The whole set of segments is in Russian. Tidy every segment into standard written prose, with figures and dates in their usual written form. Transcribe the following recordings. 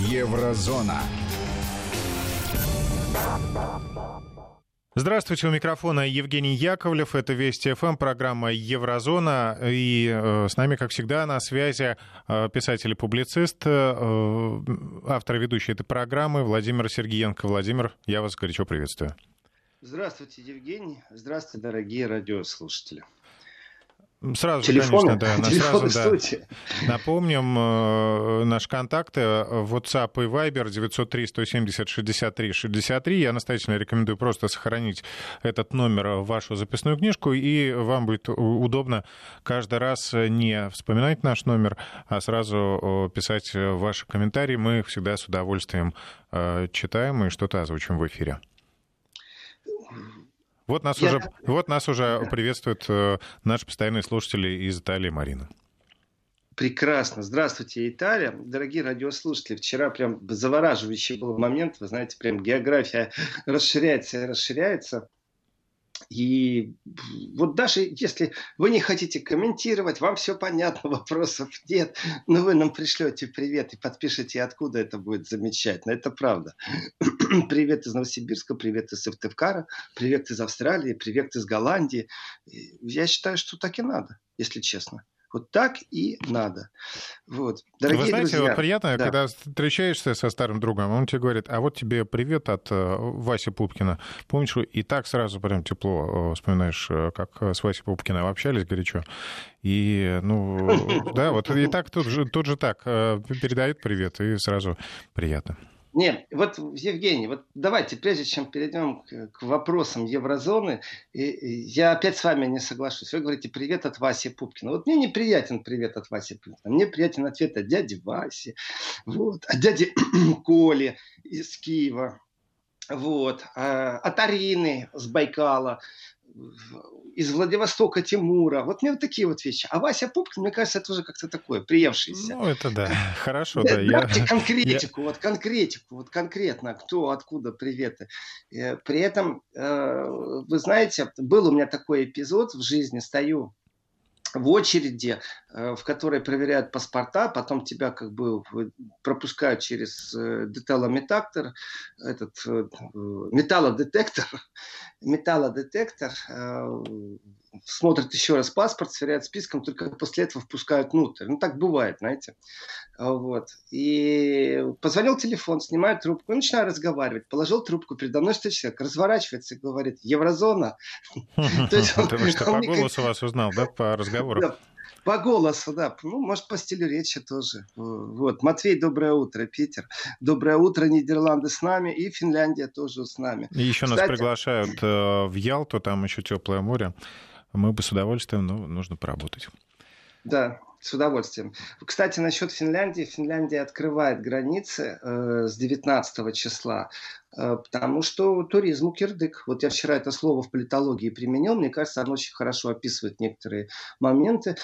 Еврозона. Здравствуйте, у микрофона Евгений Яковлев. Это Вести ФМ, программа «Еврозона». И с нами, как всегда, на связи писатель и публицист, автор и ведущий этой программы Владимир Сергиенко. Владимир, я вас горячо приветствую. Здравствуйте, Евгений. Здравствуйте, дорогие радиослушатели. Сразу, телефоны, конечно, телефоны сразу, да. Напомним наши контакты. WhatsApp и Viber 903-170-63-63. Я настоятельно рекомендую просто сохранить этот номер в вашу записную книжку, и вам будет удобно каждый раз не вспоминать наш номер, а сразу писать ваши комментарии. Мы их всегда с удовольствием читаем и что-то озвучим в эфире. Вот нас уже приветствуют наши постоянные слушатели из Италии, Марина. Прекрасно. Здравствуйте, Италия. Дорогие радиослушатели, вчера прям завораживающий был момент. Вы знаете, прям география расширяется и расширяется. И вот даже если вы не хотите комментировать, вам все понятно, вопросов нет, но вы нам пришлете привет и подпишите, откуда, это будет замечательно. Это правда. Привет из Новосибирска, привет из Сыктывкара, привет из Австралии, привет из Голландии. Я считаю, что так и надо, если честно. Вот так и надо. Вот. Дорогие Вы знаете, друзья, вот приятно, да. когда встречаешься со старым другом, он тебе говорит, а вот тебе привет от Васи Пупкина. Помнишь, и так сразу прям тепло вспоминаешь, как с Васей Пупкиным общались горячо. И, да, вот и так тут же так передают привет, и сразу приятно. Нет, вот, Евгений, вот давайте, прежде чем перейдем к вопросам еврозоны, я опять с вами не соглашусь. Вы говорите привет от Васи Пупкина. Вот мне неприятен привет от Васи Пупкина. Мне приятен ответ от дяди Васи, вот, от дяди Коли из Киева, вот, от Арины с Байкала, из Владивостока Тимура. Вот мне вот такие вот вещи. А Вася Пупкин, мне кажется, это уже как-то такое, приевшееся. Ну, это да. Хорошо, да. Дайте конкретику, вот конкретно, кто, откуда приветы. При этом, вы знаете, был у меня такой эпизод в жизни, стою в очереди, в которой проверяют паспорта, потом тебя как бы пропускают через деталометактор, металлодетектор, смотрят еще раз паспорт, сверяют списком, только после этого впускают внутрь. Ну, так бывает, знаете. Вот. И позвонил телефон, снимаю трубку, и начинаю разговаривать. Положил трубку, передо мной стоит человек, разворачивается и говорит: «Еврозона». Потому что по голосу вас узнал, да, по разговору? По голосу, да. Ну, может, по стилю речи тоже. Вот. Матвей, доброе утро. Питер. Доброе утро. Нидерланды с нами. И Финляндия тоже с нами. И еще нас приглашают в Ялту, там еще теплое море. Мы бы с удовольствием, но нужно поработать. Да, с удовольствием. Кстати, насчет Финляндии. Финляндия открывает границы с 19 числа, потому что туризму кирдык. Вот я вчера это слово в политологии применил. Мне кажется, оно очень хорошо описывает некоторые моменты.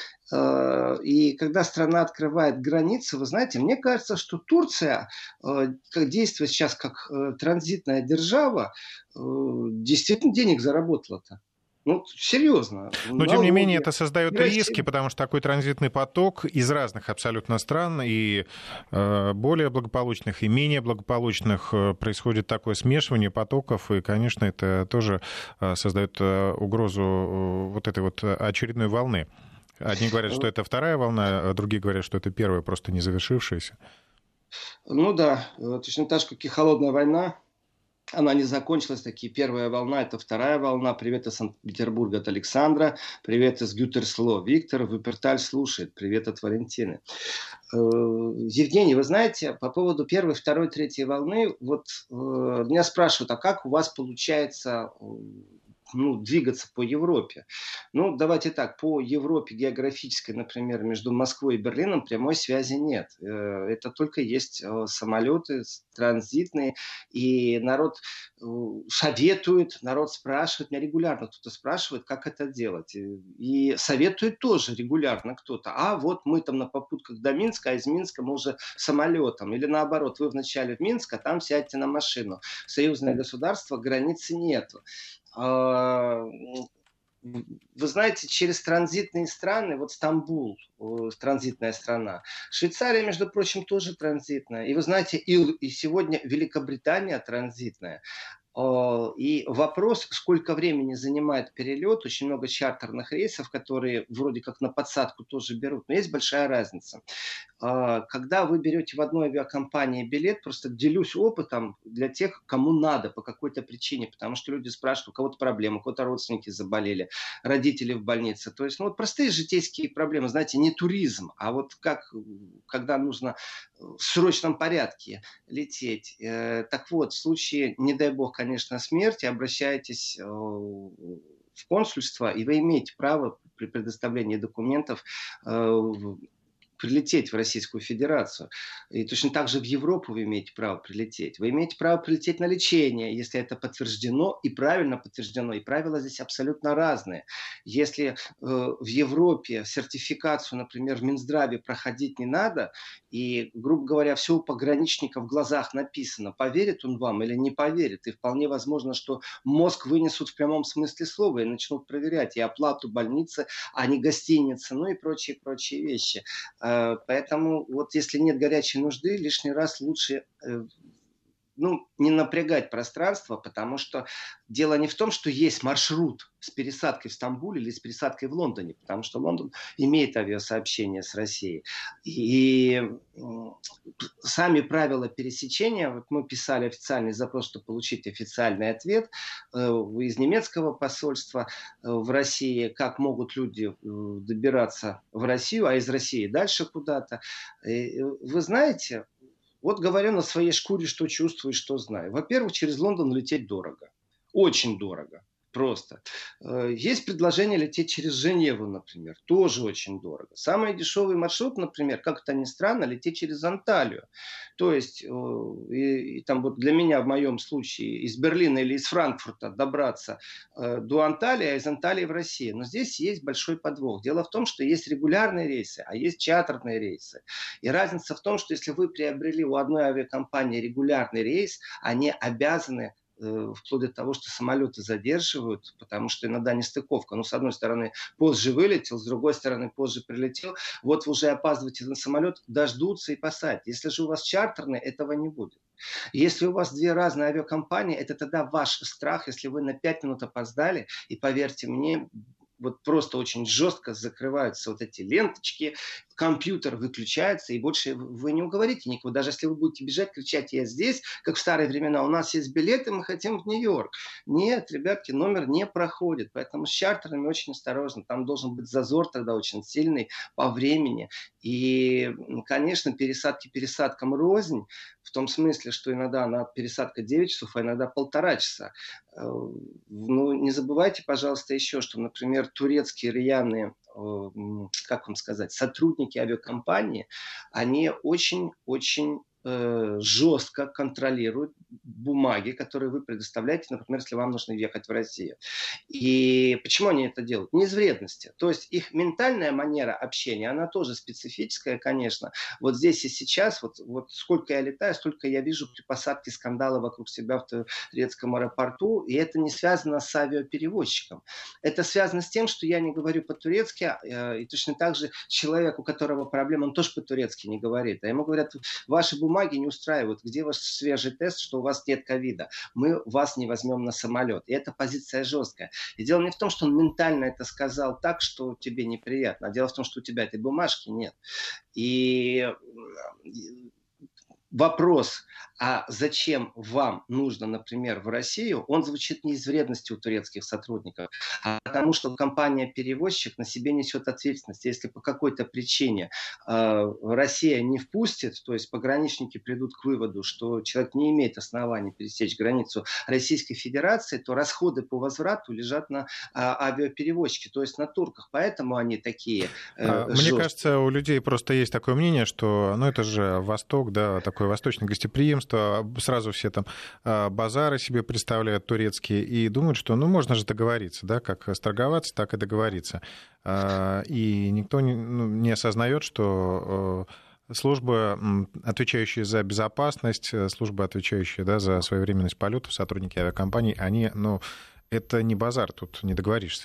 И когда страна открывает границы, вы знаете, мне кажется, что Турция, как действует сейчас как транзитная держава, действительно денег заработала-то. Ну, серьезно. Но, тем не менее, это создает риски, потому что такой транзитный поток из разных абсолютно стран, и более благополучных, и менее благополучных, происходит такое смешивание потоков, и, конечно, это тоже создает угрозу вот этой вот очередной волны. Одни говорят, что это вторая волна, а другие говорят, что это первая, просто не завершившаяся. Ну да, точно так же, как и холодная война. Она не закончилась, такие первая волна, это вторая волна. Привет из Санкт-Петербурга от Александра. Привет из Гютерсло. Виктор Виперталь слушает. Привет от Валентины. Евгений, вы знаете, по поводу первой, второй, третьей волны, вот меня спрашивают, а как у вас получается двигаться по Европе? Ну, давайте так, по Европе географической, например, между Москвой и Берлином прямой связи нет. Это только есть самолеты транзитные, и народ советует, народ спрашивает, меня регулярно кто-то спрашивает, как это делать. И советует тоже регулярно кто-то. А вот мы там на попутках до Минска, а из Минска мы уже самолетом. Или наоборот, вы вначале в Минск, а там сядьте на машину. Союзное государство, границы нету. Вы знаете, через транзитные страны, вот Стамбул, транзитная страна, Швейцария, между прочим, тоже транзитная. И вы знаете, и сегодня Великобритания транзитная. И вопрос, сколько времени занимает перелет, очень много чартерных рейсов, которые вроде как на подсадку тоже берут, но есть большая разница. Когда вы берете в одной авиакомпании билет, просто делюсь опытом для тех, кому надо по какой-то причине, потому что люди спрашивают, у кого-то проблемы, у кого-то родственники заболели, родители в больнице. То есть, ну, вот простые житейские проблемы, знаете, не туризм, а вот как, когда нужно в срочном порядке лететь. Так вот, в случае, не дай бог, конечно, смерти, обращайтесь в консульство, и вы имеете право при предоставлении документов прилететь в Российскую Федерацию. И точно так же в Европу вы имеете право прилететь. Вы имеете право прилететь на лечение, если это подтверждено и правильно подтверждено. И правила здесь абсолютно разные. Если в Европе сертификацию, например, в Минздраве проходить не надо, и, грубо говоря, все у пограничника в глазах написано, поверит он вам или не поверит. И вполне возможно, что мозг вынесут в прямом смысле слова и начнут проверять и оплату больницы, а не гостиницы, ну и прочие вещи. Поэтому вот если нет горячей нужды, лишний раз лучше не напрягать пространство, потому что дело не в том, что есть маршрут с пересадкой в Стамбуле или с пересадкой в Лондоне, потому что Лондон имеет авиасообщение с Россией. И сами правила пересечения, вот мы писали официальный запрос, чтобы получить официальный ответ из немецкого посольства в России, как могут люди добираться в Россию, а из России дальше куда-то. Вы знаете, вот говорю на своей шкуре, что чувствую, что знаю. Во-первых, через Лондон лететь дорого. Очень дорого. Просто. Есть предложение лететь через Женеву, например. Тоже очень дорого. Самый дешевый маршрут, например, как это ни странно, лететь через Анталию. То есть, и там вот для меня в моем случае из Берлина или из Франкфурта добраться до Анталии, а из Анталии в Россию. Но здесь есть большой подвох. Дело в том, что есть регулярные рейсы, а есть чартерные рейсы. И разница в том, что если вы приобрели у одной авиакомпании регулярный рейс, они обязаны вплоть до того, что самолеты задерживают, потому что иногда нестыковка. Ну, с одной стороны, позже вылетел, с другой стороны, позже прилетел. Вот вы уже опаздываете на самолет, дождутся и посадят. Если же у вас чартерный, этого не будет. Если у вас две разные авиакомпании, это тогда ваш страх, если вы на 5 минут опоздали, и поверьте мне, вот просто очень жестко закрываются вот эти ленточки, компьютер выключается, и больше вы не уговорите никого. Даже если вы будете бежать, кричать: я здесь, как в старые времена, у нас есть билеты, мы хотим в Нью-Йорк. Нет, ребятки, номер не проходит. Поэтому с чартерами очень осторожно. Там должен быть зазор тогда очень сильный по времени. И, конечно, пересадки пересадкам рознь, в том смысле, что иногда на пересадка 9 часов, а иногда 1,5 часа. Ну, не забывайте, пожалуйста, еще, что, например, турецкие рьяные, как вам сказать, сотрудники авиакомпании, они очень-очень жестко контролируют бумаги, которые вы предоставляете, например, если вам нужно ехать в Россию. И почему они это делают? Не из вредности. То есть их ментальная манера общения, она тоже специфическая, конечно. Вот здесь и сейчас, вот сколько я летаю, столько я вижу при посадке скандала вокруг себя в турецком аэропорту, и это не связано с авиаперевозчиком. Это связано с тем, что я не говорю по-турецки, и точно так же человек, у которого проблема, он тоже по-турецки не говорит. А ему говорят: ваши бумаги не устраивают, где ваш свежий тест, что у вас нет ковида, мы вас не возьмем на самолет. И эта позиция жесткая. И дело не в том, что он ментально это сказал так, что тебе неприятно, а дело в том, что у тебя этой бумажки нет. И вопрос: а зачем вам нужно, например, в Россию, он звучит не из вредности у турецких сотрудников, а потому что компания-перевозчик на себе несет ответственность. Если по какой-то причине Россия не впустит, то есть пограничники придут к выводу, что человек не имеет оснований пересечь границу Российской Федерации, то расходы по возврату лежат на авиаперевозчике, то есть на турках. Поэтому они такие Мне кажется, у людей просто есть такое мнение, что это же Восток, да, такое восточное гостеприимство, сразу все там базары себе представляют турецкие и думают, что можно же договориться, да, как сторговаться, так и договориться. И никто не осознает, что службы, отвечающие за безопасность, службы, отвечающие, да, за своевременность полетов, сотрудники авиакомпаний, они, это не базар, тут не договоришься.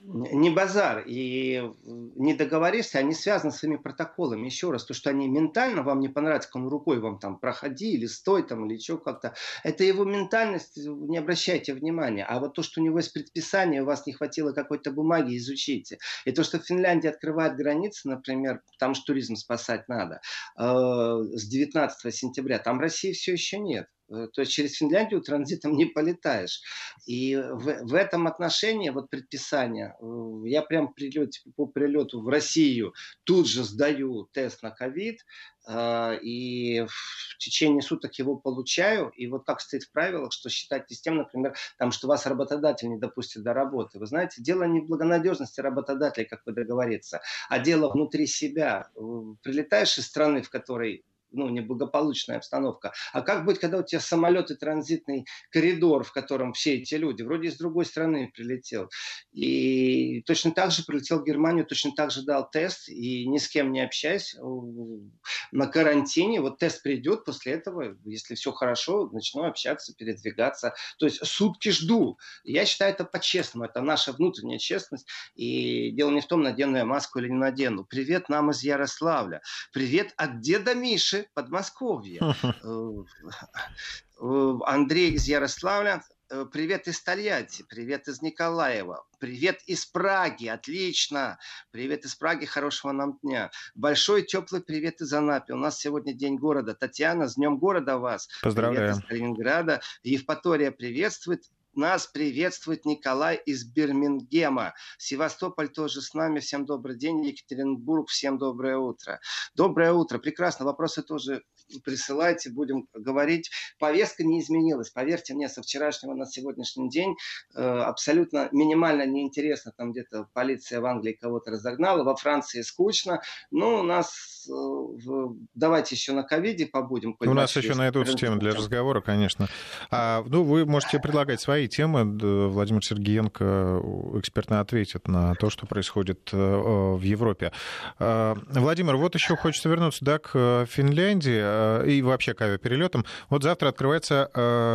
Не базар. И не договоришься, они связаны с своими протоколами. Еще раз, то, что они ментально вам не понравится, как он рукой вам там проходи, или стой там, или еще как-то. Это его ментальность, не обращайте внимания. А вот то, что у него есть предписание, у вас не хватило какой-то бумаги, изучите. И то, что Финляндия открывает границы, например, потому что туризм спасать надо, с 19 сентября, там России все еще нет. То есть через Финляндию транзитом не полетаешь. И в этом отношении вот предписание, я прям по прилету в Россию тут же сдаю тест на ковид, и в течение суток его получаю. И вот как стоит в правилах, что считать с тем, например, там, что вас работодатель не допустит до работы. Вы знаете, дело не в благонадежности работодателя, как вы договориться, а дело внутри себя. Прилетаешь из страны, в которой неблагополучная обстановка. А как быть, когда у тебя самолет и транзитный коридор, в котором все эти люди, вроде из другой страны прилетел. И точно так же прилетел в Германию, точно так же дал тест, и ни с кем не общаясь, на карантине. Вот тест придет, после этого, если все хорошо, начну общаться, передвигаться. То есть сутки жду. Я считаю, это по-честному, это наша внутренняя честность. И дело не в том, надену я маску или не надену. Привет нам из Ярославля. Привет от деда Миши, Подмосковье. Андрей из Ярославля. Привет из Тольятти, привет из Николаева, привет из Праги, отлично, привет из Праги, хорошего нам дня. Большой теплый привет из Анапы, у нас сегодня день города. Татьяна, с днем города вас. Поздравляю. Привет из Калининграда. Евпатория приветствует. Нас приветствует Николай из Бирмингема. Севастополь тоже с нами. Всем добрый день. Екатеринбург, всем доброе утро. Доброе утро. Прекрасно. Вопросы тоже присылайте. Будем говорить. Повестка не изменилась. Поверьте мне, со вчерашнего на сегодняшний день абсолютно минимально неинтересно. Там где-то полиция в Англии кого-то разогнала. Во Франции скучно. Ну, у нас давайте еще на ковиде побудем. У нас еще найдутся темы для разговора, конечно. Вы можете предлагать свои темы. Владимир Сергеенко экспертно ответит на то, что происходит в Европе. Владимир, вот еще хочется вернуться к Финляндии и вообще к авиаперелетам. Вот завтра открывается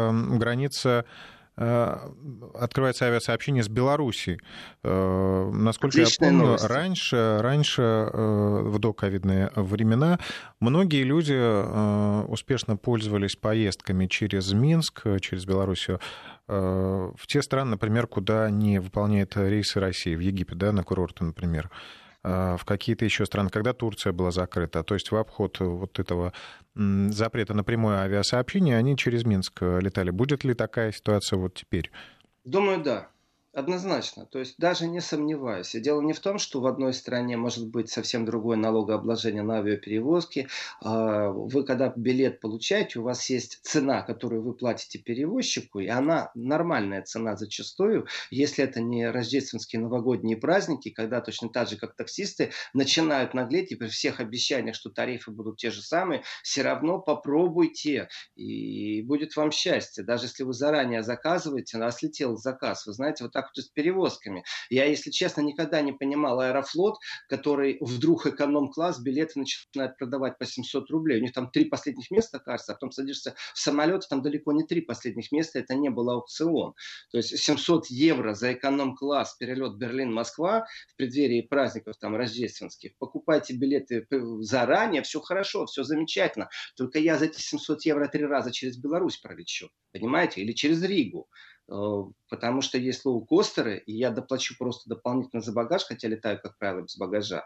авиасообщение с Белоруссией. Насколько Отличная я помню, новость. раньше, в доковидные времена, многие люди успешно пользовались поездками через Минск, через Белоруссию, в те страны, например, куда не выполняет рейсы России, в Египет, да, на курорты, например, в какие-то еще страны, когда Турция была закрыта. То есть в обход вот этого запрета на прямое авиасообщение они через Минск летали. Будет ли такая ситуация вот теперь? Думаю, да. Однозначно. То есть даже не сомневаюсь. И дело не в том, что в одной стране может быть совсем другое налогообложение на авиаперевозки. Вы когда билет получаете, у вас есть цена, которую вы платите перевозчику, и она нормальная цена зачастую, если это не рождественские новогодние праздники, когда точно так же, как таксисты, начинают наглеть, и при всех обещаниях, что тарифы будут те же самые, все равно попробуйте, и будет вам счастье. Даже если вы заранее заказываете, а слетел заказ, вы знаете, вот так вот с перевозками. Я, если честно, никогда не понимал Аэрофлот, который вдруг эконом-класс билеты начинает продавать по 700 рублей. У них там 3 последних места, кажется, а потом садишься в самолет, там далеко не 3 последних места, это не был аукцион. То есть 700 евро за эконом-класс, перелет Берлин-Москва в преддверии праздников там рождественских. Покупайте билеты заранее, все хорошо, все замечательно. Только я за эти 700 евро 3 раза через Беларусь пролечу, понимаете, или через Ригу. Потому что есть лоукостеры, и я доплачу просто дополнительно за багаж, хотя летаю, как правило, без багажа.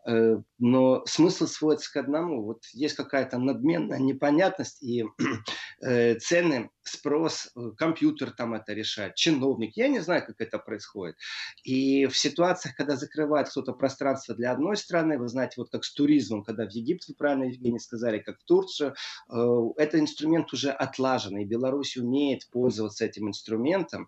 Но смысл сводится к одному. Вот есть какая-то надменная непонятность, и цены, спрос, компьютер там это решает, чиновник. Я не знаю, как это происходит. И в ситуациях, когда закрывает кто-то пространство для одной страны, вы знаете, вот как с туризмом, когда в Египет, вы правильно, Евгений, сказали, как в Турцию, этот инструмент уже отлажен, и Беларусь умеет пользоваться этим инструментом.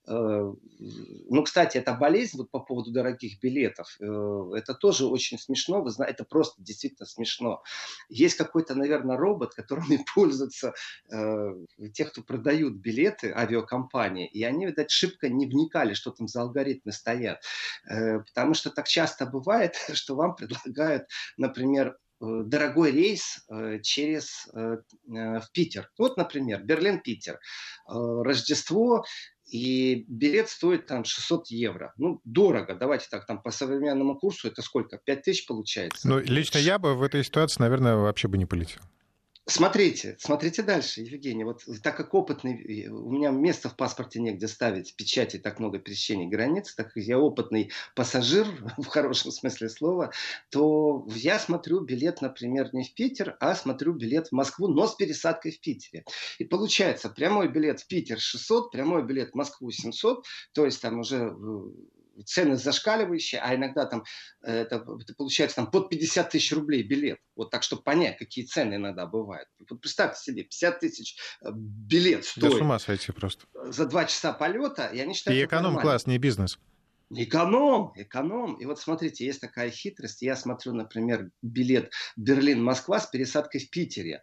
Ну, кстати, эта болезнь вот по поводу дорогих билетов, это тоже очень смешно, вы знаете, это просто действительно смешно. Есть какой-то, наверное, робот, которым пользуются те, кто продают билеты, авиакомпании, и они, видать, шибко не вникали, что там за алгоритмы стоят. Потому что так часто бывает, что вам предлагают, например, дорогой рейс в Питер. Вот, например, Берлин-Питер. Рождество, И билет стоит там 600 евро. Ну, дорого. Давайте так, там по современному курсу это сколько? 5000 получается. Ну, лично я бы в этой ситуации, наверное, вообще бы не полетел. Смотрите дальше, Евгений. Вот так как опытный, у меня места в паспорте негде ставить, печати, так много пересечений границ, так как я опытный пассажир, в хорошем смысле слова, то я смотрю билет, например, не в Питер, а смотрю билет в Москву, но с пересадкой в Питере. И получается, прямой билет в Питер 600, прямой билет в Москву 700, то есть там уже цены зашкаливающие, а иногда там это получается там под 50 тысяч рублей билет. Вот так, чтобы понять, какие цены иногда бывают. Вот представьте себе, 50 тысяч билет Да с стоит ума сойти просто. за 2 часа полета, и они считают И это нормально. эконом-класс, не бизнес. Эконом. И вот смотрите, есть такая хитрость. Я смотрю, например, билет Берлин-Москва с пересадкой в Питере.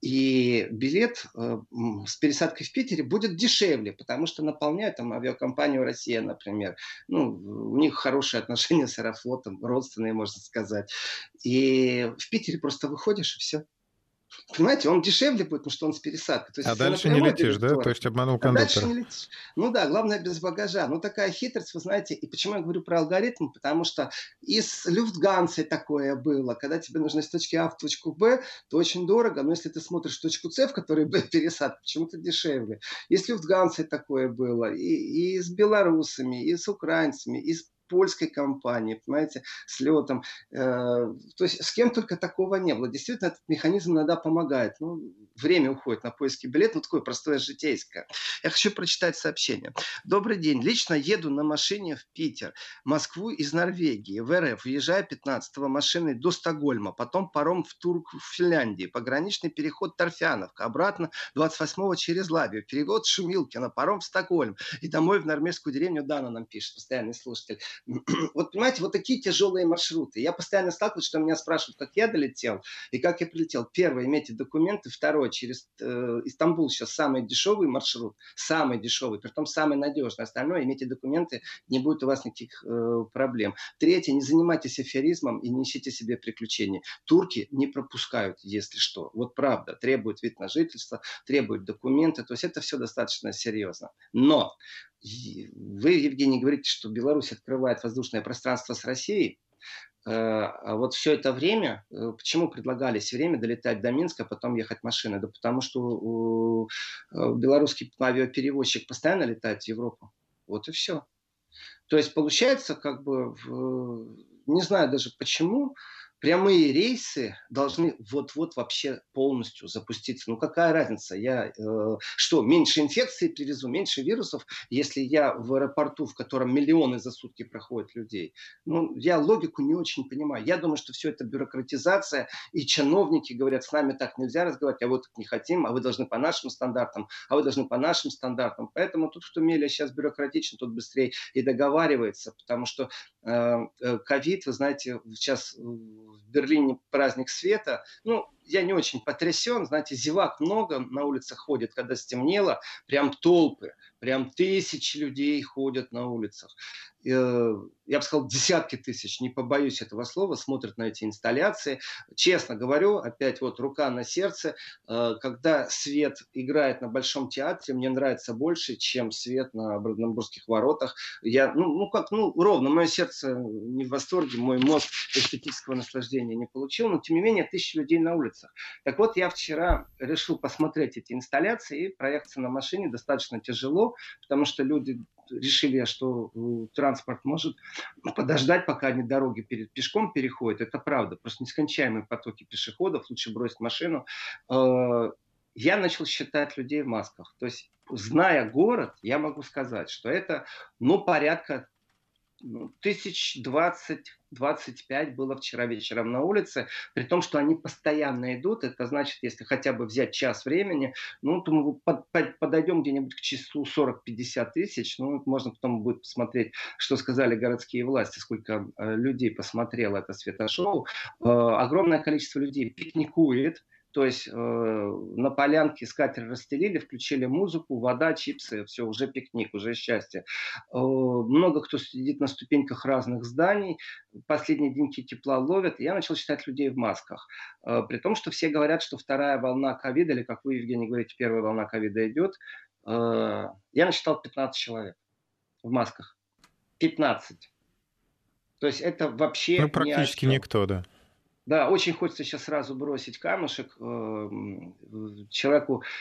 И билет с пересадкой в Питере будет дешевле, потому что наполняют там авиакомпанию «Россия», например. Ну, у них хорошие отношения с Аэрофлотом, родственные, можно сказать. И в Питере просто выходишь, и все. Понимаете, он дешевле будет, потому что он с пересадкой. То есть, А если дальше не напрямую летишь, билет да? То дорого, есть обманул а дальше кондуктора. не летишь. Ну да, главное без багажа. Ну такая хитрость, вы знаете. И почему я говорю про алгоритм? Потому что и с Люфтгансой такое было. Когда тебе нужно из точки А в точку Б, то очень дорого. Но если ты смотришь точку С, в которой Б пересадка, почему-то дешевле. И с Люфтгансой такое было. И с белорусами, и с украинцами, и с польской компании, понимаете, с летом. То есть с кем только такого не было. Действительно, этот механизм иногда помогает. Ну, время уходит на поиски билета, ну, такое простое житейское. Я хочу прочитать сообщение. Добрый день. Лично еду на машине в Питер, Москву из Норвегии, в РФ. Въезжаю 15-го машиной до Стокгольма, потом паром в Турку в Финляндии, пограничный переход Торфяновка, обратно 28-го через Лабию, перевод Шумилкина, паром в Стокгольм и домой в норвежскую деревню. Дана нам пишет, постоянный слушатель. Вот понимаете, вот такие тяжелые маршруты. Я постоянно сталкиваюсь, что меня спрашивают, как я долетел и как я прилетел. Первое, имейте документы. Второе, через Истамбул сейчас самый дешевый маршрут, самый дешевый, притом самый надежный. Остальное, имейте документы, не будет у вас никаких проблем. Третье, не занимайтесь аферизмом и не ищите себе приключений. Турки не пропускают, если что. Вот правда, требуют вид на жительство, требуют документы. То есть это все достаточно серьезно. Но вы, Евгений, говорите, что Беларусь открывает воздушное пространство с Россией. А вот все это время, почему предлагали все время долетать до Минска, а потом ехать машиной? Да потому что белорусский авиаперевозчик постоянно летает в Европу. Вот и все. То есть получается, как бы, не знаю даже почему, прямые рейсы должны вот-вот вообще полностью запуститься. Ну какая разница? Я что, меньше инфекций привезу, меньше вирусов, если я в аэропорту, в котором миллионы за сутки проходят людей? Ну, я логику не очень понимаю. Я думаю, что все это бюрократизация, и чиновники говорят, с нами так нельзя разговаривать, а вот так не хотим, а вы должны по нашим стандартам, а вы должны по нашим стандартам. Поэтому тут, кто меле сейчас бюрократичен, тот быстрее и договаривается, потому что ковид, вы знаете, сейчас в Берлине праздник света. Ну, я не очень потрясен, знаете, зевак много на улицах ходит, когда стемнело, прям толпы, прям тысячи людей ходят на улицах. Я бы сказал, десятки тысяч, не побоюсь этого слова, смотрят на эти инсталляции. Честно говорю, опять вот рука на сердце, когда свет играет на Большом театре, мне нравится больше, чем свет на Бранденбургских воротах. Я, ровно, мое сердце не в восторге, мой мозг эстетического наслаждения не получил, но тем не менее тысячи людей на улицах. Так вот, я вчера решил посмотреть эти инсталляции, и проехаться на машине достаточно тяжело, потому что люди решили, что транспорт может подождать, пока они дороги пешком переходят. Это правда. Просто нескончаемые потоки пешеходов. Лучше бросить машину. Я начал считать людей в масках. То есть, зная город, я могу сказать, что это, порядка 1020-25 было вчера вечером на улице, при том, что они постоянно идут. Это значит, если хотя бы взять час времени, то мы подойдем где-нибудь к часу 40-50 тысяч. Можно потом будет посмотреть, что сказали городские власти, сколько людей посмотрело это светошоу. Огромное количество людей пикникует. То есть на полянке скатерть расстелили, включили музыку, вода, чипсы, все, уже пикник, уже счастье. Много кто сидит на ступеньках разных зданий, последние деньки тепла ловят. Я начал считать людей в масках. При том, что все говорят, что вторая волна ковида, или как вы, Евгений, говорите, первая волна ковида идет. я насчитал 15 человек в масках. 15. То есть это вообще практически никто, да. Да, очень хочется сейчас сразу бросить камушек человеку,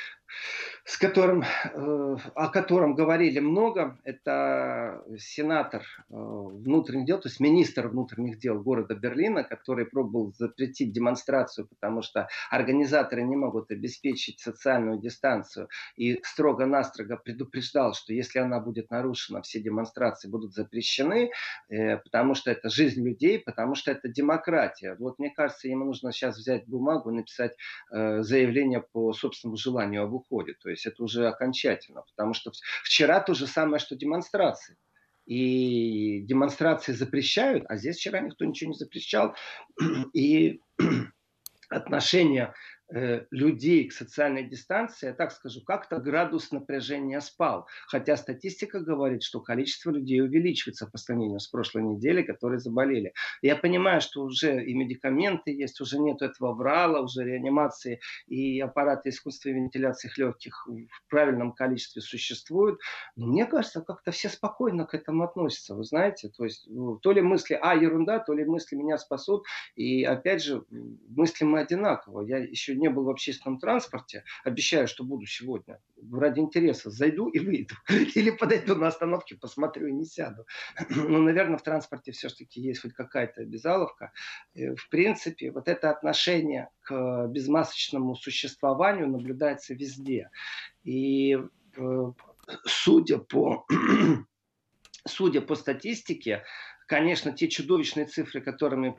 о котором говорили много. Это сенатор внутренних дел, то есть министр внутренних дел города Берлина, который пробовал запретить демонстрацию, потому что организаторы не могут обеспечить социальную дистанцию. И строго-настрого предупреждал, что если она будет нарушена, все демонстрации будут запрещены, потому что это жизнь людей, потому что это демократия. Вот мне кажется, ему нужно сейчас взять бумагу и написать заявление по собственному желанию об уходе. То есть это уже окончательно. Потому что вчера то же самое, что демонстрации. И демонстрации запрещают, а здесь вчера никто ничего не запрещал. И отношение людей к социальной дистанции, я так скажу, как-то градус напряжения спал. Хотя статистика говорит, что количество людей увеличивается по сравнению с прошлой неделей, которые заболели. Я понимаю, что уже и медикаменты есть, уже нет этого врала, уже реанимации и аппараты искусственной вентиляции легких в правильном количестве существуют. Но мне кажется, как-то все спокойно к этому относятся, вы знаете. То есть то ли мысли, ерунда, то ли мысли меня спасут. И опять же, мысли мы одинаково. Я еще не был в общественном транспорте, обещаю, что буду сегодня. Ради интереса зайду и выйду. Или подойду на остановке, посмотрю и не сяду. Но, наверное, в транспорте все-таки есть хоть какая-то обязаловка. В принципе, вот это отношение к безмасочному существованию наблюдается везде. И судя по статистике, конечно, те чудовищные цифры, которыми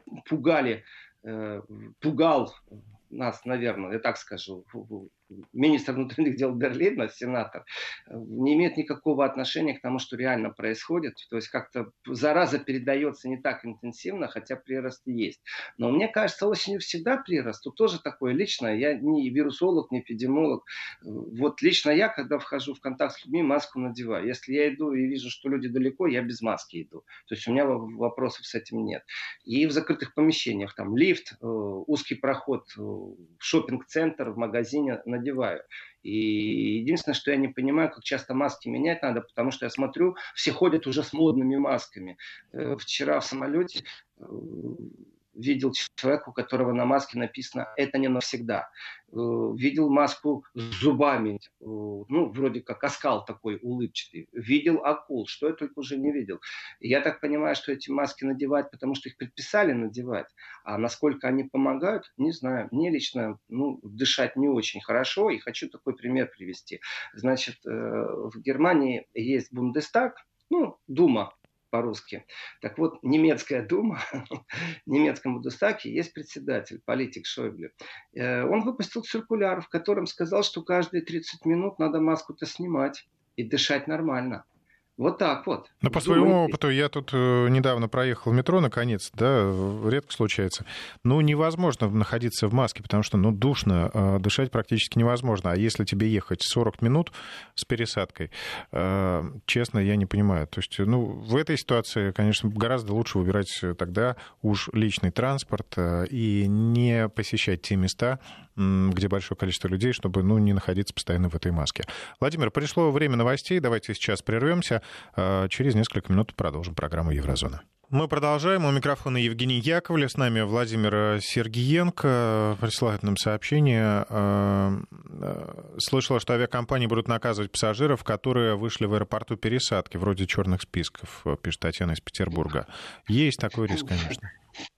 пугал нас, наверное, я так скажу, министр внутренних дел Берлина, сенатор, не имеет никакого отношения к тому, что реально происходит. То есть как-то зараза передается не так интенсивно, хотя прирост есть. Но мне кажется, осенью всегда прирост. Тут тоже такое личное. Я не вирусолог, не эпидемиолог. Вот лично я, когда вхожу в контакт с людьми, маску надеваю. Если я иду и вижу, что люди далеко, я без маски иду. То есть у меня вопросов с этим нет. И в закрытых помещениях, там лифт, узкий проход, шоппинг-центр, в магазине надеваю. И единственное, что я не понимаю, как часто маски менять надо, потому что я смотрю, все ходят уже с модными масками. Вчера в самолете видел человека, у которого на маске написано «это не навсегда». Видел маску с зубами, вроде как оскал такой улыбчатый. Видел акул, что я только уже не видел. И я так понимаю, что эти маски надевать, потому что их предписали надевать. А насколько они помогают, не знаю. Мне лично дышать не очень хорошо, и хочу такой пример привести. Значит, в Германии есть Бундестаг, Дума, по-русски. Так вот, немецкая дума, в немецком Бундестаге есть председатель, политик Шойбле. Он выпустил циркуляр, в котором сказал, что каждые 30 минут надо маску-то снимать и дышать нормально. Вот так вот. Но по своему опыту, я тут недавно проехал в метро, наконец, да, редко случается. Невозможно находиться в маске, потому что, душно, дышать практически невозможно. А если тебе ехать 40 минут с пересадкой, честно, я не понимаю. То есть, в этой ситуации, конечно, гораздо лучше выбирать тогда уж личный транспорт и не посещать те места, где большое количество людей, чтобы, не находиться постоянно в этой маске. Владимир, пришло время новостей. Давайте сейчас прервемся. Через несколько минут продолжим программу «Еврозона». Мы продолжаем. У микрофона Евгений Яковлев. С нами Владимир Сергиенко. Присылает нам сообщение. Слышала, что авиакомпании будут наказывать пассажиров, которые вышли в аэропорту пересадки, вроде черных списков, пишет Татьяна из Петербурга. Есть такой риск, конечно.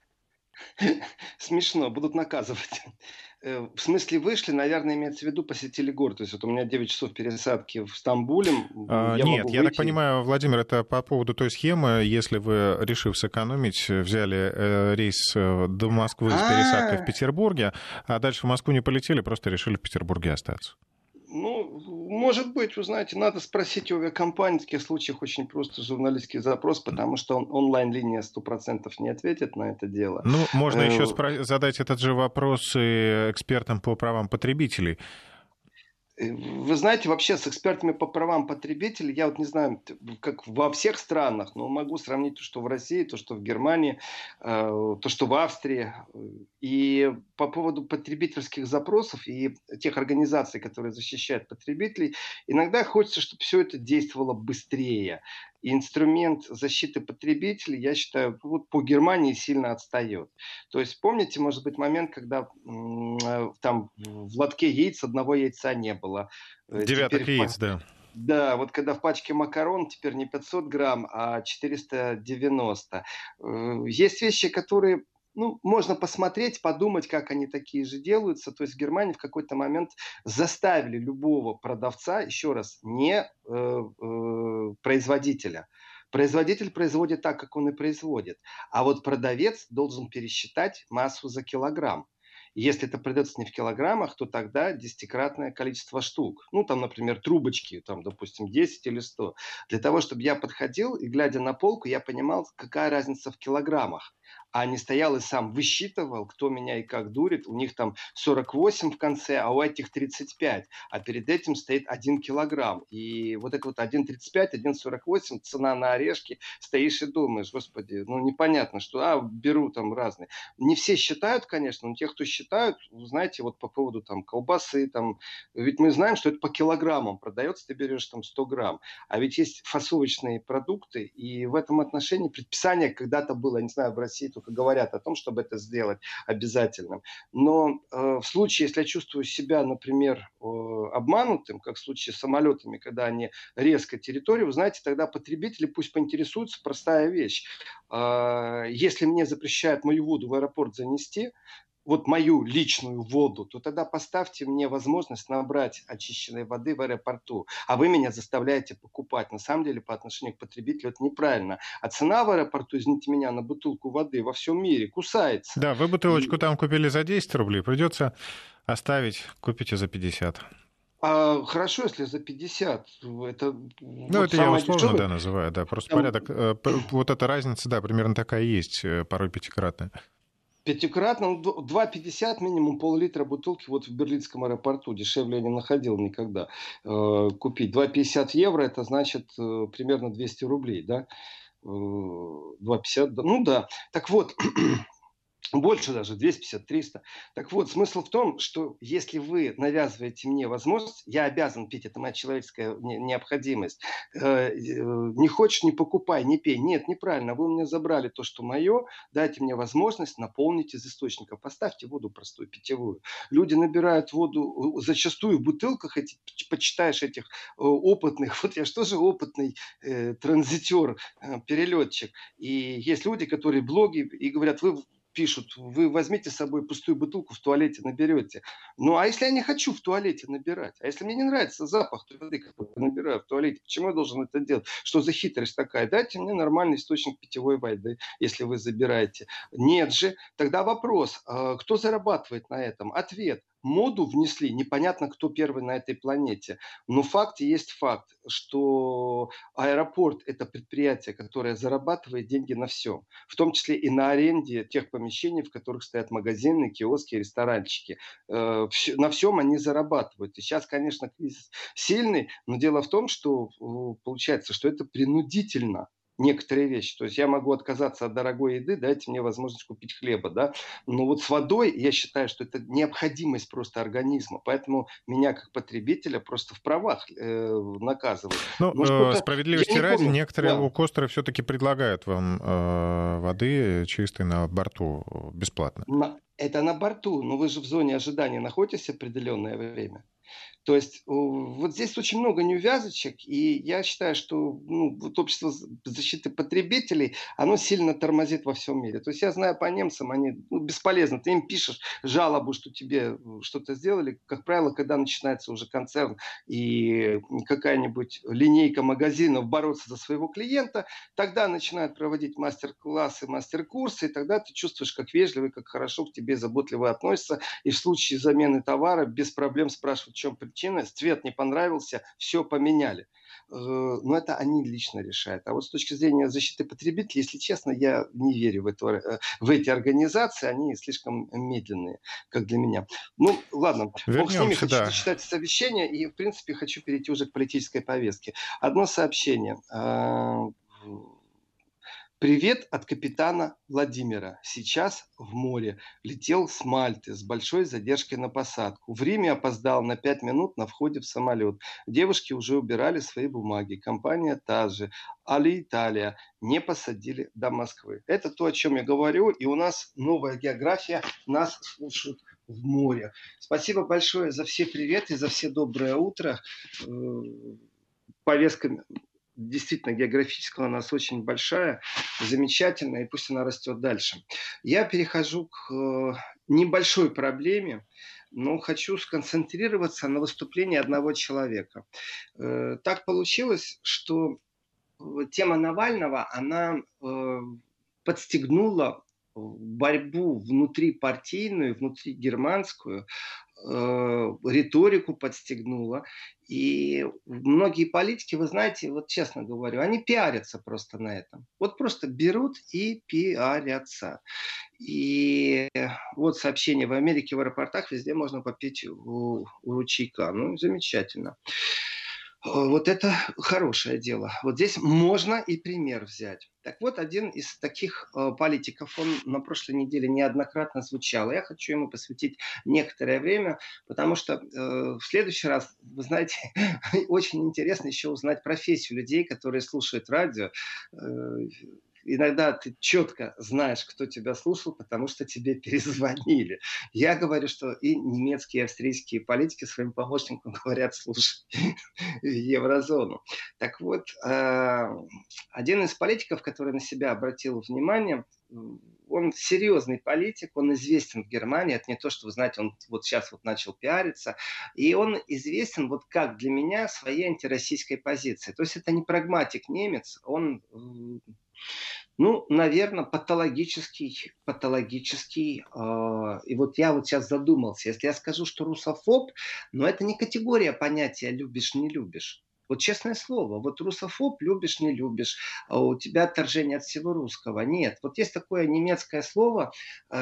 Смешно, будут наказывать. В смысле вышли, наверное, имеется в виду посетили город. То есть вот у меня 9 часов пересадки в Стамбуле. Нет, я так понимаю, Владимир, это по поводу той схемы, если вы, решив сэкономить, взяли рейс до Москвы с пересадкой в Петербурге, а дальше в Москву не полетели, просто решили в Петербурге остаться. Может быть, вы знаете, надо спросить у авиакомпании. В таких случаях очень просто журналистский запрос, потому что онлайн-линия 100% не ответит на это дело. Можно еще задать этот же вопрос и экспертам по правам потребителей. Вы знаете, вообще с экспертами по правам потребителей, я вот не знаю, как во всех странах, но могу сравнить то, что в России, то, что в Германии, то, что в Австрии. И по поводу потребительских запросов и тех организаций, которые защищают потребителей, иногда хочется, чтобы все это действовало быстрее. И инструмент защиты потребителей, я считаю, вот по Германии сильно отстает. То есть помните, может быть, момент, когда там в лотке яиц одного яйца не было. Девяток Теперь яиц, да. да, вот когда в пачке макарон теперь не 500 грамм, а 490. Есть вещи, которые можно посмотреть, подумать, как они такие же делаются. То есть в Германии в какой-то момент заставили любого продавца, еще раз, не производителя. Производитель производит так, как он и производит. А вот продавец должен пересчитать массу за килограмм. Если это продается не в килограммах, то тогда десятикратное количество штук. Ну, там, например, трубочки, там, допустим, 10 или 100. Для того, чтобы я подходил и, глядя на полку, я понимал, какая разница в килограммах. А не стоял и сам высчитывал, кто меня и как дурит. У них там 48 в конце, а у этих 35. А перед этим стоит 1 килограмм. И вот это вот 1,35, 1,48, цена на орешки. Стоишь и думаешь, господи, непонятно, что, беру там разные. Не все считают, конечно, но те, кто считают, вы знаете, вот по поводу там колбасы, там, ведь мы знаем, что это по килограммам продается, ты берешь там 100 грамм. А ведь есть фасовочные продукты, и в этом отношении предписание когда-то было, не знаю, в России только говорят о том, чтобы это сделать обязательным. Но в случае, если я чувствую себя, например, обманутым, как в случае с самолетами, когда они резко территорию, вы знаете, тогда потребители пусть поинтересуются, простая вещь. Если мне запрещают мою воду в аэропорт занести, вот мою личную воду, то тогда поставьте мне возможность набрать очищенной воды в аэропорту, а вы меня заставляете покупать. На самом деле, по отношению к потребителю это неправильно. А цена в аэропорту, извините меня, на бутылку воды во всем мире кусается. Да, вы бутылочку там купили за 10 рублей, придется оставить, купите за 50. Хорошо, если за 50. Это Ну, вот это я самое условно, дешевое. да, называю, да, просто Там порядок. Вот эта разница, да, примерно такая есть, порой пятикратная. пятикратно, 2,50 минимум, пол-литра бутылки вот в берлинском аэропорту. Дешевле я не находил никогда купить. 2,50 евро, это значит примерно 200 рублей, да? 2,50, ну да. Так вот, больше даже, 250-300. Так вот, смысл в том, что если вы навязываете мне возможность, я обязан пить, это моя человеческая необходимость. Не хочешь, не покупай, не пей. Нет, неправильно, вы у меня забрали то, что мое, дайте мне возможность наполнить из источника. Поставьте воду простую, питьевую. Люди набирают воду зачастую в бутылках, почитаешь этих опытных, вот я же тоже опытный транзитер, перелетчик. И есть люди, которые блоги и говорят, вы пишут, вы возьмите с собой пустую бутылку, в туалете наберете. Ну, а если я не хочу в туалете набирать? А если мне не нравится запах той воды, которую я набираю в туалете, почему я должен это делать? Что за хитрость такая? Дайте мне нормальный источник питьевой воды, если вы забираете. Нет же. Тогда вопрос, кто зарабатывает на этом? Ответ. Моду внесли, непонятно, кто первый на этой планете. Но факт есть факт, что аэропорт – это предприятие, которое зарабатывает деньги на всем. В том числе и на аренде тех помещений, в которых стоят магазины, киоски, ресторанчики. На всем они зарабатывают. И сейчас, конечно, кризис сильный, но дело в том, что получается, что это принудительно. Некоторые вещи. То есть я могу отказаться от дорогой еды, дайте мне возможность купить хлеба. Да? Но вот с водой я считаю, что это необходимость просто организма. Поэтому меня как потребителя просто в правах наказывают. Ну, Но что-то, справедливости я не ради, помню. некоторые лоукостеры все-таки предлагают вам воды чистой на борту бесплатно. Это на борту, но вы же в зоне ожидания находитесь определенное время. То есть вот здесь очень много неувязочек, и я считаю, что вот общество защиты потребителей, оно сильно тормозит во всем мире. То есть я знаю по немцам, они бесполезно. Ты им пишешь жалобу, что тебе что-то сделали. Как правило, когда начинается уже концерн и какая-нибудь линейка магазинов бороться за своего клиента, тогда начинают проводить мастер-классы, мастер-курсы, и тогда ты чувствуешь, как вежливо, как хорошо к тебе заботливо относятся. И в случае замены товара без проблем спрашивают, в чем причина. Цвет не понравился, все поменяли. но это они лично решают. А вот с точки зрения защиты потребителей, если честно, я не верю в эти организации, они слишком медленные, как для меня. Ну, ладно, бог с ними, Вернемся, хочу да. дочитать совещание и, в принципе, хочу перейти уже к политической повестке. Одно сообщение. Привет от капитана Владимира. Сейчас в море. Летел с Мальты с большой задержкой на посадку. В Риме опоздал на 5 минут на входе в самолет. Девушки уже убирали свои бумаги. Компания та же. Алitalia. Не посадили до Москвы. Это то, о чем я говорю. И у нас новая география. Нас слушают в море. Спасибо большое за все приветы, за все доброе утро. Повестка действительно географическая у нас очень большая, замечательная, и пусть она растет дальше. Я перехожу к небольшой проблеме, но хочу сконцентрироваться на выступлении одного человека. Так получилось, что тема Навального, она подстегнула борьбу внутрипартийную, внутригерманскую, риторику подстегнула. И многие политики, вы знаете, вот честно говорю, они пиарятся просто на этом. Вот просто берут и пиарятся. И вот сообщение: в Америке в аэропортах везде можно попить у ручейка. Ну, замечательно. Вот это хорошее дело. Вот здесь можно и пример взять. Так вот, один из таких политиков, он на прошлой неделе неоднократно звучал. Я хочу ему посвятить некоторое время, потому что в следующий раз, вы знаете, очень интересно еще узнать профессию людей, которые слушают радио. Иногда ты четко знаешь, кто тебя слушал, потому что тебе перезвонили. Я говорю, что и немецкие, и австрийские политики своим помощникам говорят: слушай еврозону. Так вот, один из политиков, который на себя обратил внимание, он серьезный политик, он известен в Германии. Это не то, что, вы знаете, он вот сейчас вот начал пиариться. И он известен, вот как для меня, своей антироссийской позицией. То есть это не прагматик немец, он... Ну, наверное, патологический. И вот я вот сейчас задумался. Если я скажу, что русофоб, но это не категория понятия «любишь-не любишь». Вот честное слово, вот русофоб, любишь, не любишь, а у тебя отторжение от всего русского. Нет, вот есть такое немецкое слово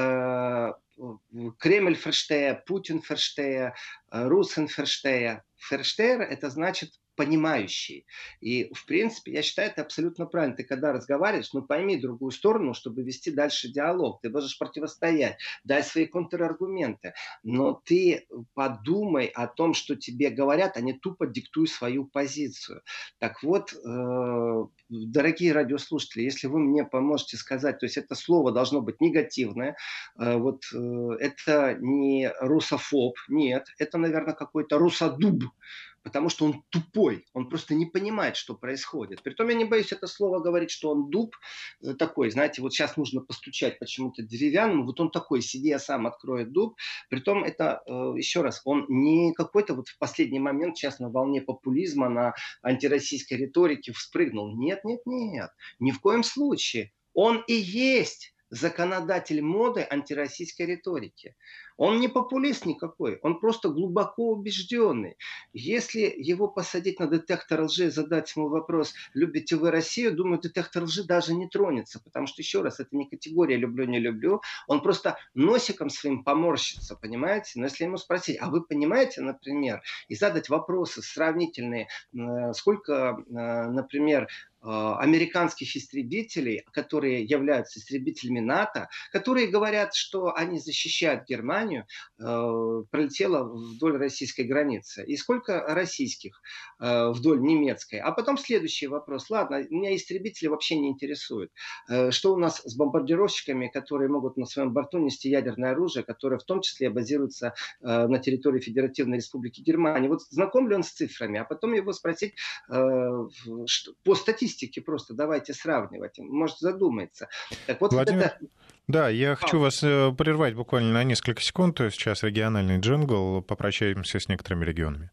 Кремль ферштея, Путин ферштея, Русен ферштея. Ферштеер — это значит понимающий. И, в принципе, я считаю, это абсолютно правильно. Ты когда разговариваешь, ну, пойми другую сторону, чтобы вести дальше диалог. Ты можешь противостоять, дай свои контраргументы. Но ты подумай о том, что тебе говорят, а не тупо диктуй свою позицию. Так вот, дорогие радиослушатели, если вы мне поможете сказать, то есть это слово должно быть негативное, вот это не русофоб, нет, это, наверное, какой-то русодуб, потому что он тупой, он просто не понимает, что происходит. Притом я не боюсь это слово говорить, что он дуб такой, знаете, вот сейчас нужно постучать почему-то деревянному, вот он такой, сиди, я сам открою дуб. Притом это, еще раз, он не какой-то вот в последний момент сейчас на волне популизма, на антироссийской риторике вспрыгнул. Нет, нет, нет, ни в коем случае. Он и есть законодатель моды антироссийской риторики. Он не популист никакой, он просто глубоко убежденный. Если его посадить на детектор лжи и задать ему вопрос: любите вы Россию, думаю, детектор лжи даже не тронется, потому что, еще раз, это не категория люблю-не люблю, он просто носиком своим поморщится, понимаете? Но если ему спросить: а вы понимаете, например, и задать вопросы сравнительные, сколько, например, американских истребителей, которые являются истребителями НАТО, которые говорят, что они защищают Германию, пролетело вдоль российской границы. И сколько российских вдоль немецкой. А потом следующий вопрос. Ладно, меня истребители вообще не интересуют. Что у нас с бомбардировщиками, которые могут на своем борту нести ядерное оружие, которое в том числе базируется на территории Федеративной Республики Германия? Вот знаком ли он с цифрами? А потом его спросить по статистике просто, давайте сравнивать. Может, задумается. Так вот, Владимир, это... Да, я хочу вас прервать буквально на несколько секунд. Сейчас региональный джингл. Попрощаемся с некоторыми регионами.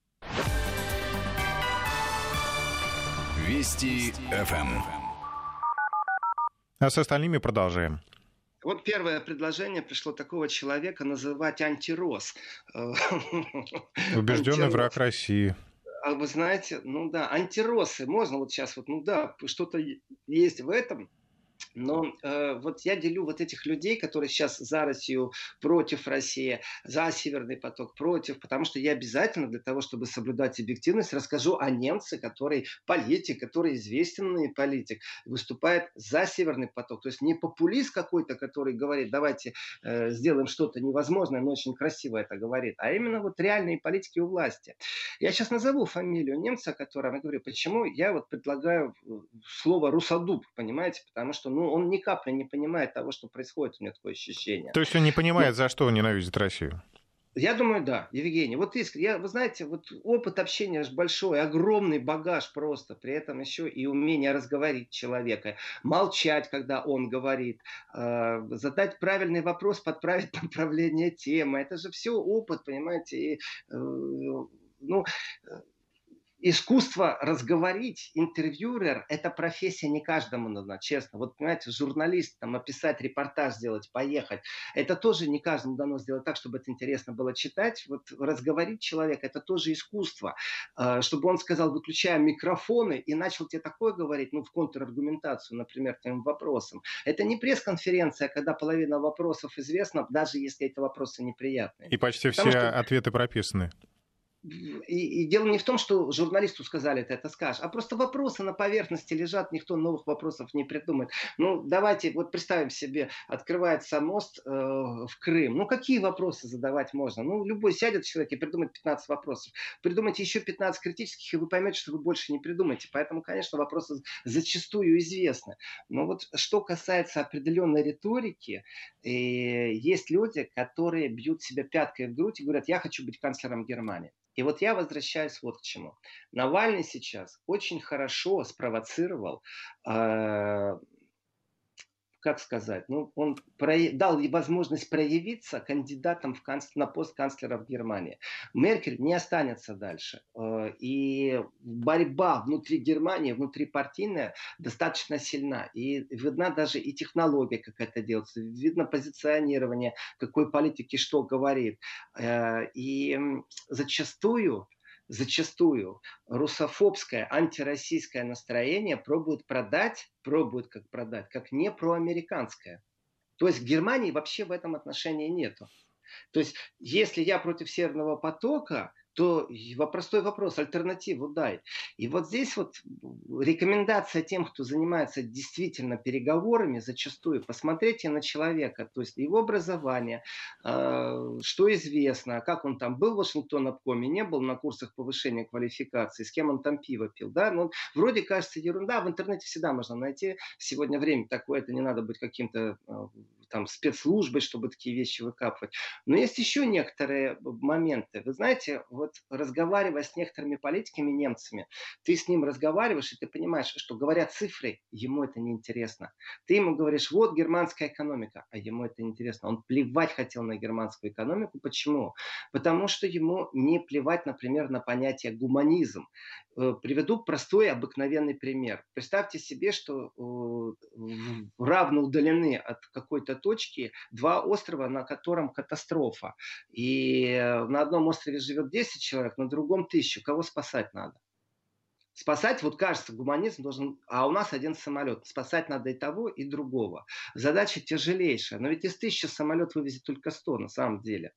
Вести ФМ. А с остальными продолжаем. Вот первое предложение пришло такого человека называть антирос. Убежденный враг России. А вы знаете, ну да, антиросы можно вот сейчас вот, ну да, что-то есть в этом. Но вот я делю вот этих людей, которые сейчас за Россию, против России, за Северный поток, против, потому что я обязательно для того, чтобы соблюдать объективность, расскажу о немце, который политик, который известный политик, выступает за Северный поток. То есть не популист какой-то, который говорит, давайте сделаем что-то невозможное, но очень красиво это говорит, а именно вот реальные политики у власти. Я сейчас назову фамилию немца, о котором я говорю, почему я вот предлагаю слово русодуб, понимаете, потому что, ну, он ни капли не понимает того, что происходит, у меня такое ощущение. То есть он не Ну, понимает, за что он ненавидит Россию? я думаю, да, Евгений. Вот искренне, вы знаете, вот опыт общения же большой, огромный багаж просто, при этом еще и умение разговорить человека, молчать, когда он говорит, задать правильный вопрос, подправить направление темы. Это же все опыт, понимаете, и, ну, искусство разговорить, интервьюер, это профессия не каждому надо, честно. Вот, понимаете, журналист, там, описать, репортаж сделать, поехать, это тоже не каждому дано сделать так, чтобы это интересно было читать. Вот разговорить человека, это тоже искусство. Чтобы он сказал, выключаем микрофоны и начал тебе такое говорить, ну, в контраргументацию, например, к твоим вопросам. Это не пресс-конференция, когда половина вопросов известна, даже если эти вопросы неприятные. И почти Потому все что ответы прописаны. и дело не в том, что журналисту сказали это скажешь, а просто вопросы на поверхности лежат, никто новых вопросов не придумает. Ну, давайте, вот представим себе, открывается мост в Крым. Ну, какие вопросы задавать можно? Ну, любой сядет человек и придумает 15 вопросов. Придумайте еще 15 критических, и вы поймете, что вы больше не придумаете. Поэтому, конечно, вопросы зачастую известны. Но вот что касается определенной риторики, есть люди, которые бьют себя пяткой в грудь и говорят, я хочу быть канцлером Германии. И вот я возвращаюсь вот к чему. Навальный сейчас очень хорошо спровоцировал, как сказать, ну, он дал возможность проявиться кандидатом на пост канцлера в Германии. Меркель не останется дальше. И борьба внутри Германии, внутрипартийная, достаточно сильна. И видна даже и технология, как это делается. Видно позиционирование, какой политики что говорит. И зачастую русофобское, антироссийское настроение пробует продать, как не проамериканское. То есть в Германии вообще в этом отношении нету. То есть если я против Северного потока, то простой вопрос, альтернативу дай. И вот здесь вот рекомендация тем, кто занимается действительно переговорами, зачастую посмотрите на человека, то есть его образование, что известно, как он там был в Вашингтон-обкоме, не был на курсах повышения квалификации, с кем он там пиво пил. Да? Ну, вроде кажется ерунда, в интернете всегда можно найти. Сегодня время такое, это не надо быть каким-то там спецслужбой, чтобы такие вещи выкапывать. Но есть еще некоторые моменты. Вы знаете, вот разговаривая с некоторыми политиками немцами, ты с ним разговариваешь, и ты понимаешь, что говорят цифры, ему это не интересно. Ты ему говоришь, вот германская экономика, а ему это не интересно. Он плевать хотел на германскую экономику. Почему? Потому что ему не плевать, например, на понятие гуманизм. Приведу простой, обыкновенный пример. Представьте себе, что равно удалены от какой-то точки два острова, на котором катастрофа. И на одном острове живет 10 человек, на другом 1000. Кого спасать надо? Спасать, вот кажется, гуманизм должен... А у нас один самолет. Спасать надо и того, и другого. Задача тяжелейшая. Но ведь из 1000 самолет вывезет только 100 на самом деле.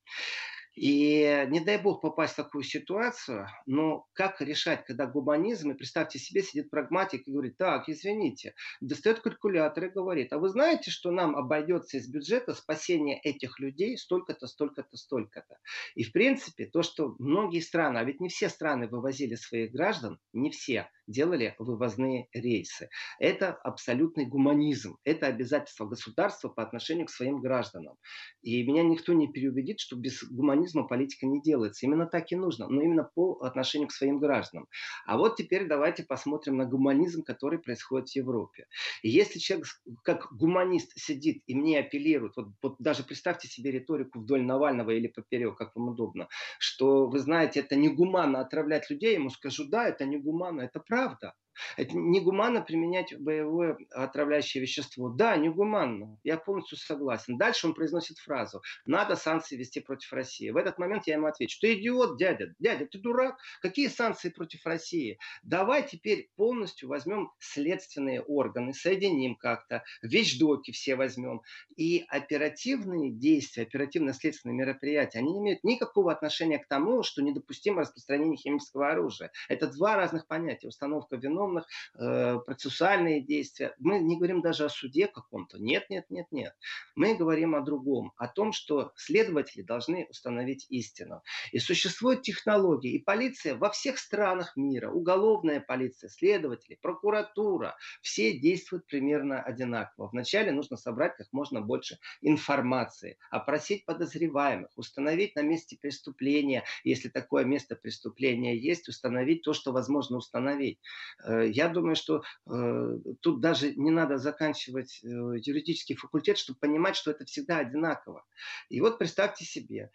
И не дай бог попасть в такую ситуацию, но как решать, когда гуманизм, и представьте себе, сидит прагматик и говорит, так, извините, достает калькулятор и говорит, а вы знаете, что нам обойдется из бюджета спасение этих людей столько-то, столько-то, столько-то. И в принципе, то, что многие страны, а ведь не все страны вывозили своих граждан, не все делали вывозные рейсы. Это абсолютный гуманизм, это обязательство государства по отношению к своим гражданам. И меня никто не переубедит, что без гуманизма политика не делается. Именно так и нужно, но именно по отношению к своим гражданам. А вот теперь давайте посмотрим на гуманизм, который происходит в Европе. И если человек как гуманист сидит и мне апеллирует, вот даже представьте себе риторику вдоль Навального или поперек, как вам удобно, что, вы знаете, это негуманно отравлять людей, я ему скажу, да, это негуманно, это правда. Это негуманно применять боевое отравляющее вещество. Да, негуманно. Я полностью согласен. Дальше он произносит фразу: надо санкции вести против России. В этот момент я ему отвечу: ты идиот, дядя? Дядя, ты дурак? Какие санкции против России? Давай теперь полностью возьмем следственные органы, соединим как-то, вещдоки все возьмем. И оперативные действия, оперативно-следственные мероприятия, они не имеют никакого отношения к тому, что недопустимо распространение химического оружия. Это два разных понятия. Установка виновных, процессуальные действия. Мы не говорим даже о суде каком-то. Нет, нет, нет, нет. Мы говорим о другом. О том, что следователи должны установить истину. И существуют технологии. И полиция во всех странах мира, уголовная полиция, следователи, прокуратура, все действуют примерно одинаково. Вначале нужно собрать как можно больше информации, опросить подозреваемых, установить на месте преступления, если такое место преступления есть, установить то, что возможно установить. Я думаю, что тут даже не надо заканчивать юридический факультет, чтобы понимать, что это всегда одинаково. И вот представьте себе,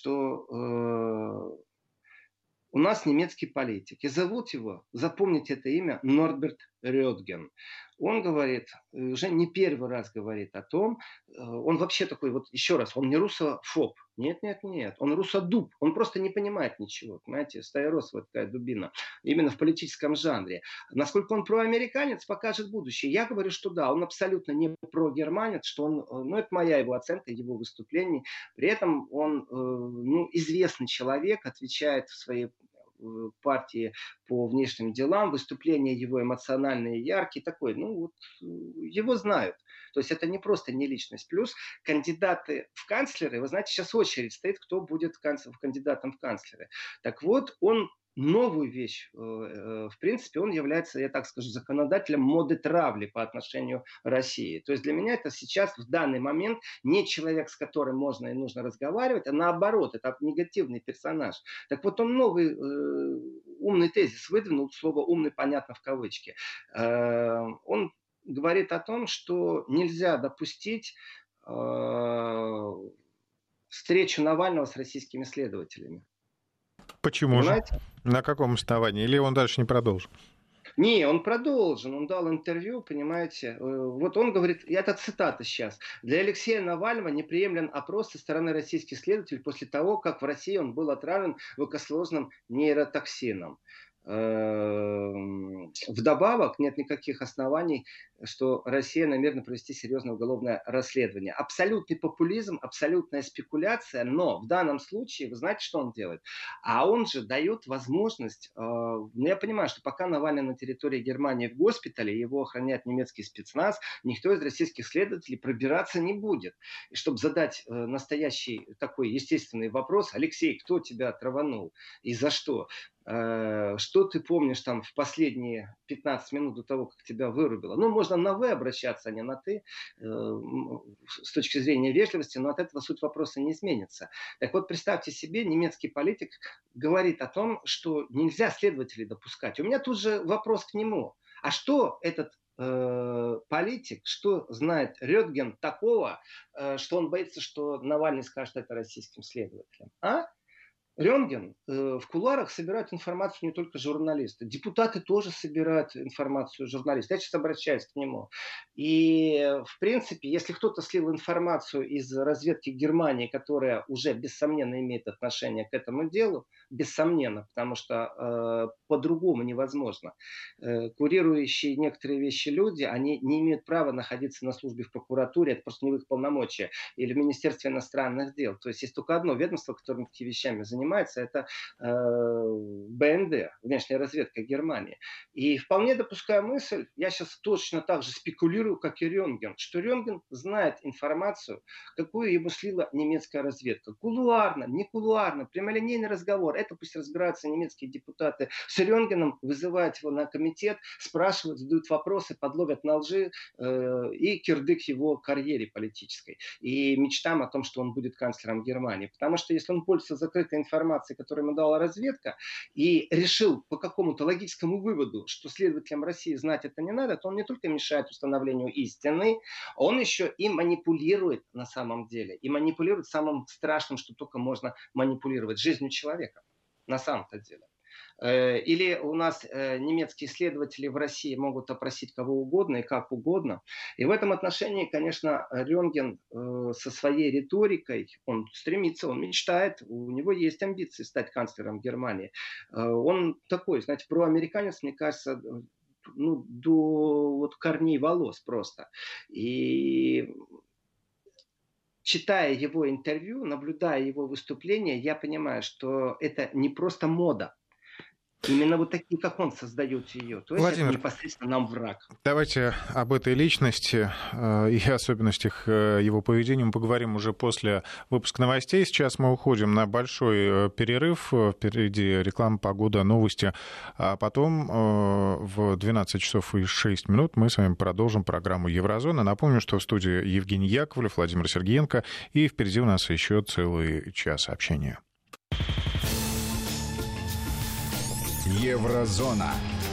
что у нас немецкий политик, и зовут его, запомните это имя, Норберт Рётген. Он говорит, уже не первый раз говорит о том, он вообще такой, вот еще раз, он не русофоб, нет, нет, нет, он русодуб, он просто не понимает ничего, понимаете, стаиросовая такая дубина, именно в политическом жанре. Насколько он проамериканец, покажет будущее. Я говорю, что да, он абсолютно не прогерманец, что он, ну это моя его оценка, его выступлений, при этом он, ну, известный человек, отвечает в своей партии по внешним делам, выступления его эмоциональные, яркие, такой, ну вот его знают. То есть это не просто не личность. Плюс кандидаты в канцлеры, вы знаете, сейчас очередь стоит, кто будет кандидатом в канцлеры. Так вот, он новую вещь, в принципе, он является, я так скажу, законодателем моды травли по отношению к России. То есть для меня это сейчас, в данный момент, не человек, с которым можно и нужно разговаривать, а наоборот, это негативный персонаж. Так вот, он новый умный тезис выдвинул, слово «умный» понятно в кавычки. Он говорит о том, что нельзя допустить встречу Навального с российскими следователями. Почему Понимаете? же? На каком основании? Или он дальше не продолжит? Не, он продолжен, он дал интервью, понимаете. Вот он говорит, и это цитата сейчас: для Алексея Навального неприемлем опрос со стороны российских следователей после того, как в России он был отравлен высокосложным нейротоксином. Вдобавок, нет никаких оснований, что Россия намерена провести серьезное уголовное расследование. Абсолютный популизм, абсолютная спекуляция, но в данном случае, вы знаете, что он делает? А он же дает возможность, ну, я понимаю, что пока Навальный на территории Германии в госпитале, его охраняет немецкий спецназ, никто из российских следователей пробираться не будет. И чтобы задать настоящий такой естественный вопрос: Алексей, кто тебя траванул и за что? Что ты помнишь там в последние 15 минут до того, как тебя вырубило? Ну, можно на «вы» обращаться, а не на «ты», с точки зрения вежливости, но от этого суть вопроса не изменится. Так вот, представьте себе, немецкий политик говорит о том, что нельзя следователей допускать. У меня тут же вопрос к нему. А что этот политик, что знает Рётген такого, что он боится, что Навальный скажет это российским следователям? А? Рентген, в кулуарах собирают информацию не только журналисты. Депутаты тоже собирают информацию журналистов. Я сейчас обращаюсь к нему. И, в принципе, если кто-то слил информацию из разведки Германии, которая уже, бессомненно, имеет отношение к этому делу, бессомненно, потому что по-другому невозможно. Курирующие некоторые вещи люди, они не имеют права находиться на службе в прокуратуре, это просто не в их полномочия, или в Министерстве иностранных дел. То есть есть только одно ведомство, которое такими вещами занимается, это БНД, внешняя разведка Германии. И вполне допускаю мысль, я сейчас точно так же спекулирую, как и Рентген, что Рентген знает информацию, какую ему слила немецкая разведка. Кулуарно, не кулуарно, прямолинейный разговор. Это пусть разбираются немецкие депутаты с Рентгеном, вызывают его на комитет, спрашивают, задают вопросы, подловят на лжи и кирдык его карьере политической. И мечтам о том, что он будет канцлером Германии. Потому что если он пользуется закрытой информацией, которую ему дала разведка, и решил по какому-то логическому выводу, что следователям России знать это не надо, то он не только мешает установлению истины, он еще и манипулирует на самом деле. И манипулирует самым страшным, что только можно манипулировать, жизнью человека. На самом-то деле. Или у нас немецкие исследователи в России могут опросить кого угодно и как угодно. И в этом отношении, конечно, Рентген со своей риторикой, он стремится, он мечтает, у него есть амбиции стать канцлером Германии. Он такой, знаете, проамериканец, мне кажется, ну, до вот корней волос просто. И читая его интервью, наблюдая его выступления, я понимаю, что это не просто мода. Именно вот такие, как он, создают ее. То есть Владимир, это непосредственно нам враг. Давайте об этой личности и особенностях его поведения мы поговорим уже после выпуска новостей. Сейчас мы уходим на большой перерыв. Впереди реклама, погода, новости. А потом в 12 часов и 6 минут мы с вами продолжим программу «Еврозона». Напомню, что в студии Евгений Яковлев, Владимир Сергеенко. И впереди у нас еще целый час общения. Еврозона.